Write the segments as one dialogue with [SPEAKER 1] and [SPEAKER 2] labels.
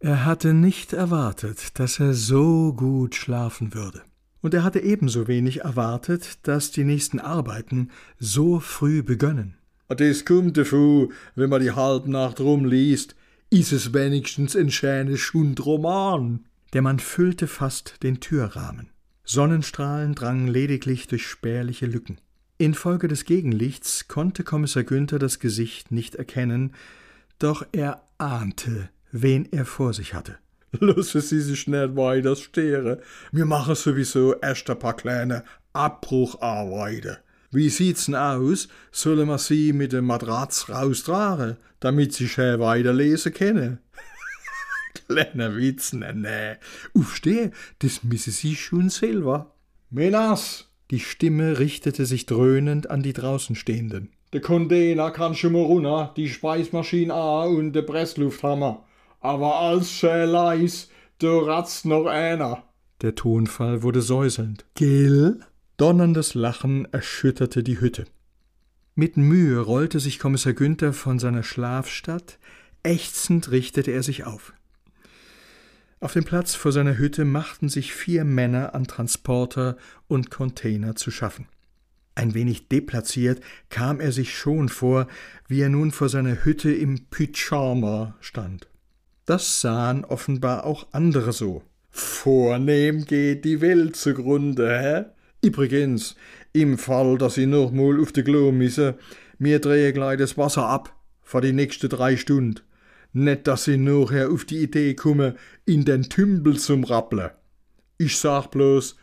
[SPEAKER 1] Er hatte nicht erwartet, dass er so gut schlafen würde. Und er hatte ebenso wenig erwartet, dass die nächsten Arbeiten so früh begönnen.
[SPEAKER 2] Das kommt davon, wenn man die Halbnacht rumliest, ist es wenigstens ein schöner Schundroman.
[SPEAKER 1] Der Mann füllte fast den Türrahmen. Sonnenstrahlen drangen lediglich durch spärliche Lücken. Infolge des Gegenlichts konnte Kommissar Günther das Gesicht nicht erkennen, doch er ahnte, wen er vor sich hatte.
[SPEAKER 2] Lassen Sie sich nicht weiter stören. Wir machen sowieso erst ein paar kleine Abbrucharbeiten. Wie sieht's denn aus? Sollen wir Sie mit dem Matratz raustragen, damit Sie schön weiterlesen können? Kleiner Witz, ne.
[SPEAKER 1] Aufstehen, das müssen Sie schon selber.
[SPEAKER 2] Menas!
[SPEAKER 1] Die Stimme richtete sich dröhnend an die draußen Stehenden.
[SPEAKER 2] Der Container kann schon mal runter, die Speismaschine an und der Presslufthammer. Aber alles schön leis, da ratzt noch einer.
[SPEAKER 1] Der Tonfall wurde säuselnd. Gell? Donnerndes Lachen erschütterte die Hütte. Mit Mühe rollte sich Kommissar Günther von seiner Schlafstatt, ächzend richtete er sich auf. Auf dem Platz vor seiner Hütte machten sich 4 Männer an Transporter und Container zu schaffen. Ein wenig deplatziert kam er sich schon vor, wie er nun vor seiner Hütte im Pyjama stand. Das sahen offenbar auch andere so.
[SPEAKER 2] Vornehm geht die Welt zugrunde, hä? Übrigens, im Fall, dass Sie noch mal auf de Klo müssen, mir drehen gleich das Wasser ab, für die nächsten 3 Stunden. Nicht, dass Sie nachher auf die Idee kommen, in den Tümpel zum Rappeln. Ich sag bloß,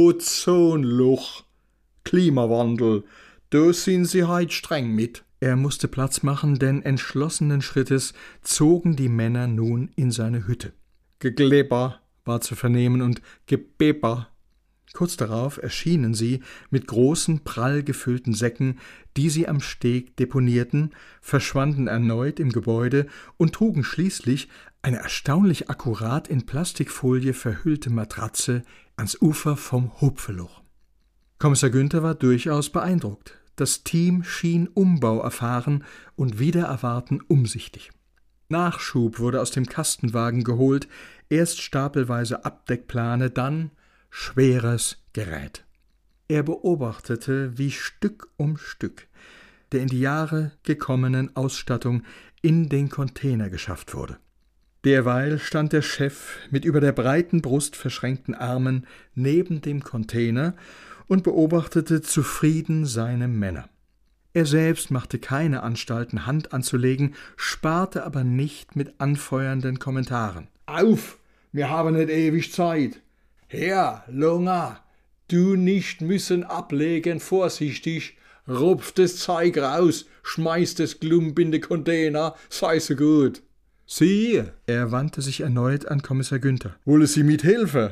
[SPEAKER 2] Ozonloch, Klimawandel, da sind Sie heut streng mit.
[SPEAKER 1] Er musste Platz machen, denn entschlossenen Schrittes zogen die Männer nun in seine Hütte.
[SPEAKER 2] Gekleber
[SPEAKER 1] war zu vernehmen und Gebeber. Kurz darauf erschienen sie mit großen, prall gefüllten Säcken, die sie am Steg deponierten, verschwanden erneut im Gebäude und trugen schließlich eine erstaunlich akkurat in Plastikfolie verhüllte Matratze ans Ufer vom Hupfeloch. Kommissar Günther war durchaus beeindruckt. Das Team schien Umbau erfahren und wider Erwarten umsichtig. Nachschub wurde aus dem Kastenwagen geholt, erst stapelweise Abdeckplane, dann schweres Gerät. Er beobachtete, wie Stück um Stück der in die Jahre gekommenen Ausstattung in den Container geschafft wurde. Derweil stand der Chef mit über der breiten Brust verschränkten Armen neben dem Container und beobachtete zufrieden seine Männer. Er selbst machte keine Anstalten, Hand anzulegen, sparte aber nicht mit anfeuernden Kommentaren.
[SPEAKER 2] Auf, wir haben nicht ewig Zeit. Herr, Lunga, du nicht müssen ablegen, vorsichtig, rupf das Zeug raus, schmeiß das Klump in den Container, sei so gut. Sie,
[SPEAKER 1] er wandte sich erneut an Kommissar Günther.
[SPEAKER 2] Wollen Sie mithelfen?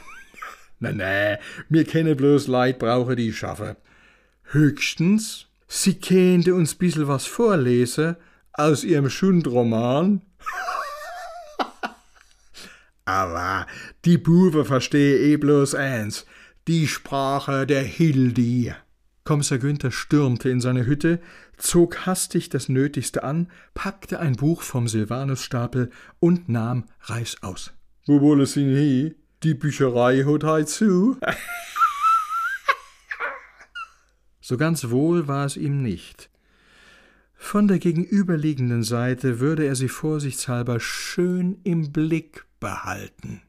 [SPEAKER 2] Nee, wir kennen bloß Leid brauchen, die schaffen.
[SPEAKER 1] Höchstens, Sie könnte uns bissl was vorlesen aus Ihrem Schundroman.
[SPEAKER 2] Aber die Buben verstehen bloß eins, die Sprache der Hildi.
[SPEAKER 1] Kommissar Günther stürmte in seine Hütte, zog hastig das Nötigste an, packte ein Buch vom Silvanusstapel und nahm reißaus.
[SPEAKER 2] Wo wollen Sie hin? Die Bücherei hat heut zu.
[SPEAKER 1] So ganz wohl war es ihm nicht. Von der gegenüberliegenden Seite würde er sie vorsichtshalber schön im Blick behalten.